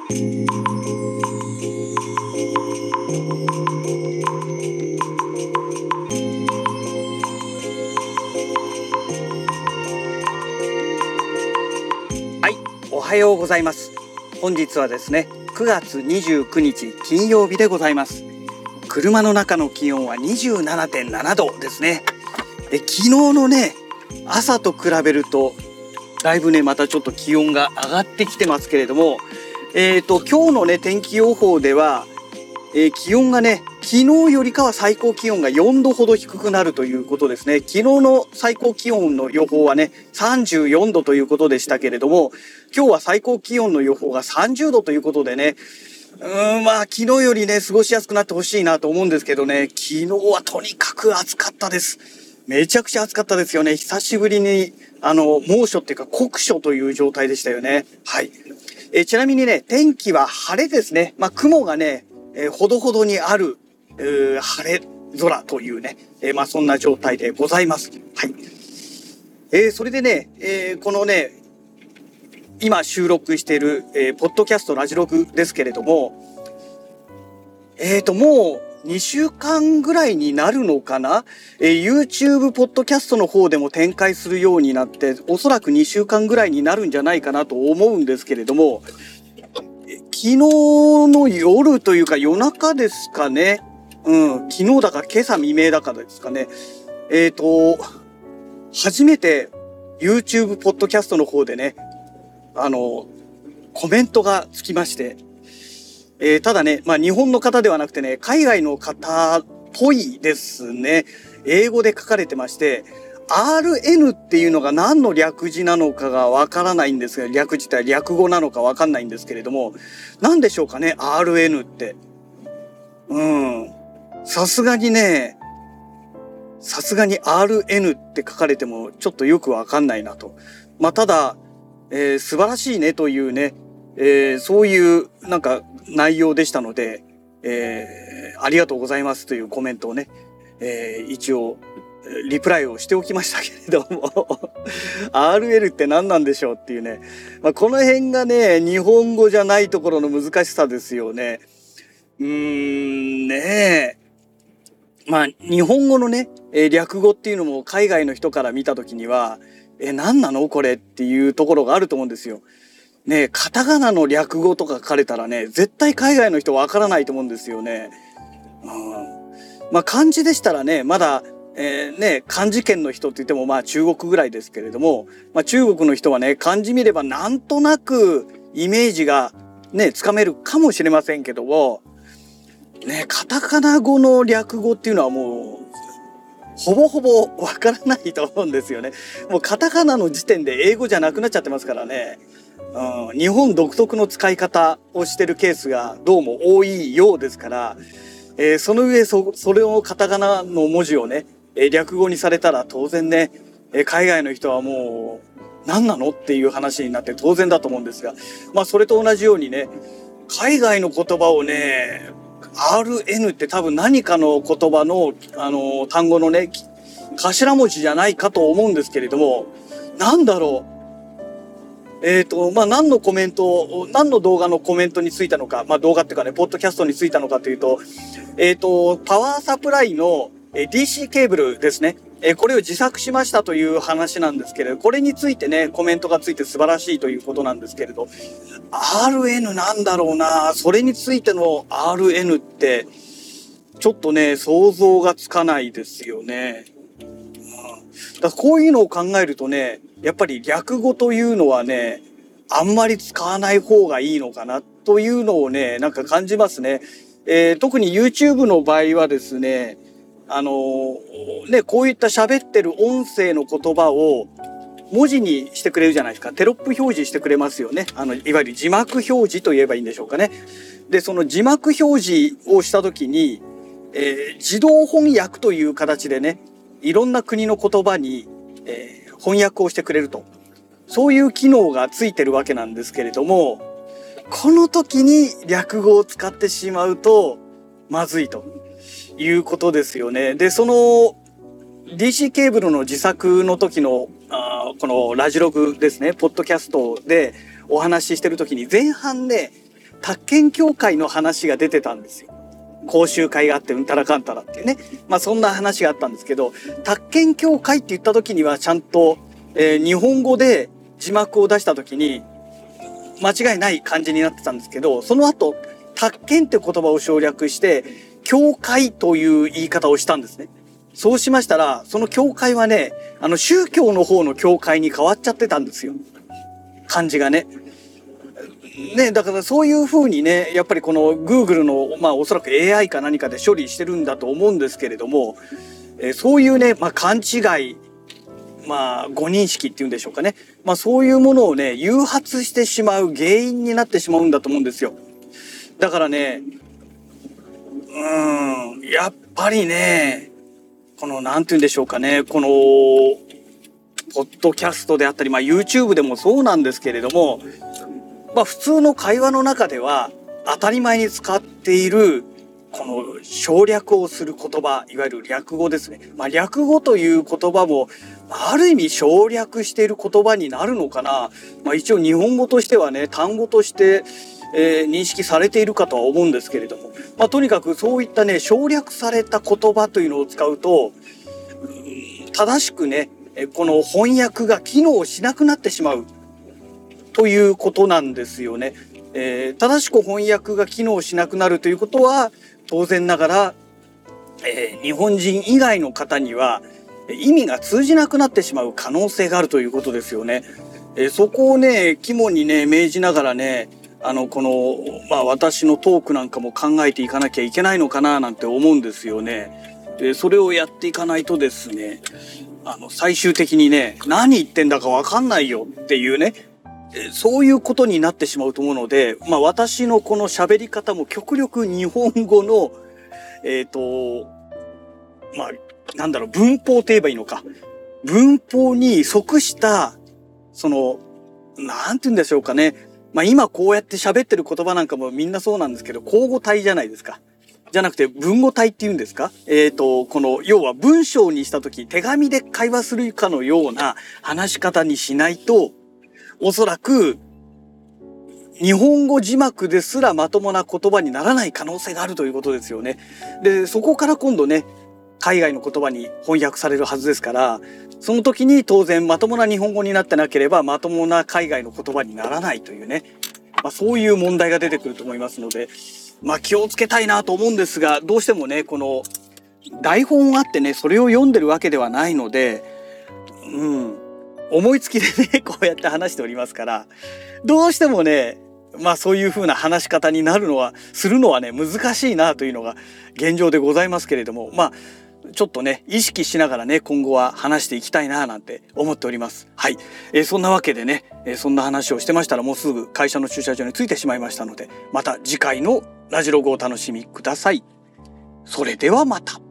はい、おはようございます。本日はですね、9月29日金曜日でございます。車の中の気温は 27.7 度ですね。昨日のね、朝と比べるとだいぶね、またちょっと気温が上がってきてますけれども、今日のね、天気予報では、気温がね、昨日よりかは最高気温が4度ほど低くなるということですね。昨日の最高気温の予報はね、34度ということでしたけれども、今日は最高気温の予報が30度ということでね、昨日よりね、過ごしやすくなってほしいなと思うんですけどね、昨日はとにかく暑かったです。めちゃくちゃ暑かったですよね。久しぶりに、猛暑っていうか酷暑という状態でしたよね。はい。ちなみにね、天気は晴れですね。雲がね、ほどほどにある、晴れ空というね、そんな状態でございます。はい。それでね、このね、今収録している、ポッドキャストラジログですけれども、もう2週間ぐらいになるのかな、YouTube ポッドキャストの方でも展開するようになって、おそらく2週間ぐらいになるんじゃないかなと思うんですけれども、昨日の夜というか夜中ですかね。昨日だか今朝未明だからですかね。初めて YouTube ポッドキャストの方でね、コメントがつきまして、ただね、日本の方ではなくてね、海外の方っぽいですね。英語で書かれてまして、RN っていうのが何の略字なのかがわからないんですが、略字って略語なのかわかんないんですけれども、何でしょうかね、RN って。さすがに RN って書かれてもちょっとよくわかんないなと。ただ、素晴らしいねというね、そういうなんか内容でしたので、ありがとうございますというコメントをね、一応リプライをしておきましたけれどもRL って何なんでしょうっていうね、この辺がね、日本語じゃないところの難しさですよね。日本語のね、略語っていうのも海外の人から見たときには、何なのこれっていうところがあると思うんですよ。ね、カタカナの略語とか書かれたらね、絶対海外の人わからないと思うんですよね。漢字でしたらね、まだ、漢字圏の人って言っても中国ぐらいですけれども、中国の人はね、漢字見ればなんとなくイメージがね、つかめるかもしれませんけども、ね、カタカナ語の略語っていうのはもう、ほぼほぼわからないと思うんですよね。もうカタカナの時点で英語じゃなくなっちゃってますからね。日本独特の使い方をしてるケースがどうも多いようですから、その上それをカタカナの文字をね、略語にされたら当然ね、海外の人はもう何なのっていう話になって当然だと思うんですが、それと同じようにね、海外の言葉をね、RN って多分何かの言葉の単語のね、頭文字じゃないかと思うんですけれども、なんだろう。何の動画のコメントについたのか、動画っていうかね、ポッドキャストについたのかというと、パワーサプライの DC ケーブルですね。これを自作しましたという話なんですけれど、これについてね、コメントがついて素晴らしいということなんですけれど、RN なんだろうな、それについての RN って、ちょっとね、想像がつかないですよね。だからこういうのを考えるとね、やっぱり略語というのはね、あんまり使わない方がいいのかなというのをね、なんか感じますね。特に YouTube の場合はですね、こういった喋ってる音声の言葉を文字にしてくれるじゃないですか。テロップ表示してくれますよね。いわゆる字幕表示と言えばいいんでしょうかね。で、その字幕表示をしたときに、自動翻訳という形でね、いろんな国の言葉に、翻訳をしてくれると。そういう機能がついてるわけなんですけれども、この時に略語を使ってしまうとまずいということですよね。で、その DC ケーブルの自作の時のこのラジログですね、ポッドキャストでお話ししてる時に前半ね、 宅建協会の話が出てたんですよ。講習会があってうんたらかんたらっていうね。そんな話があったんですけど、宅建協会って言った時にはちゃんと、日本語で字幕を出した時に間違いない感じになってたんですけど、その後宅建って言葉を省略して教会という言い方をしたんですね。そうしましたら、その教会はね、宗教の方の教会に変わっちゃってたんですよ。漢字がね。だからそういう風にね、やっぱりこの Google の、おそらく AI か何かで処理してるんだと思うんですけれども、そういうね、勘違い、誤認識っていうんでしょうかね。そういうものをね、誘発してしまう原因になってしまうんだと思うんですよ。だからね、やっぱりね、このなんて言うんでしょうかね、このポッドキャストであったり、YouTube でもそうなんですけれども、普通の会話の中では当たり前に使っているこの省略をする言葉、いわゆる略語ですね。略語という言葉もある意味省略している言葉になるのかな。一応日本語としてはね、単語として、認識されているかとは思うんですけれども、とにかくそういったね、省略された言葉というのを使うと、正しくね、この翻訳が機能しなくなってしまうということなんですよね。正しく翻訳が機能しなくなるということは当然ながら、日本人以外の方には意味が通じなくなってしまう可能性があるということですよね。そこをね肝にね銘じながらね、この私のトークなんかも考えていかなきゃいけないのかななんて思うんですよね。それをやっていかないとですね、最終的にね、何言ってんだか分かんないよっていうね、そういうことになってしまうと思うので、私のこの喋り方も極力日本語の文法と言えばいいのか、文法に即したなんて言うんでしょうかね、今こうやって喋ってる言葉なんかもみんなそうなんですけど、口語体じゃないですか。じゃなくて文語体っていうんですか。この要は文章にした時、手紙で会話するかのような話し方にしないと、おそらく日本語字幕ですらまともな言葉にならない可能性があるということですよね。で、そこから今度ね、海外の言葉に翻訳されるはずですから、その時に当然まともな日本語になってなければまともな海外の言葉にならないというね、そういう問題が出てくると思いますので、気をつけたいなと思うんですが、どうしてもね、この台本があってね、それを読んでるわけではないので、思いつきでね、こうやって話しておりますから、どうしてもね、そういう風な話し方にするのはね、難しいなというのが現状でございますけれども、ちょっとね、意識しながらね、今後は話していきたいななんて思っております。はい。そんなわけでね、そんな話をしてましたらもうすぐ会社の駐車場に着いてしまいましたので、また次回のラジログをお楽しみください。それではまた。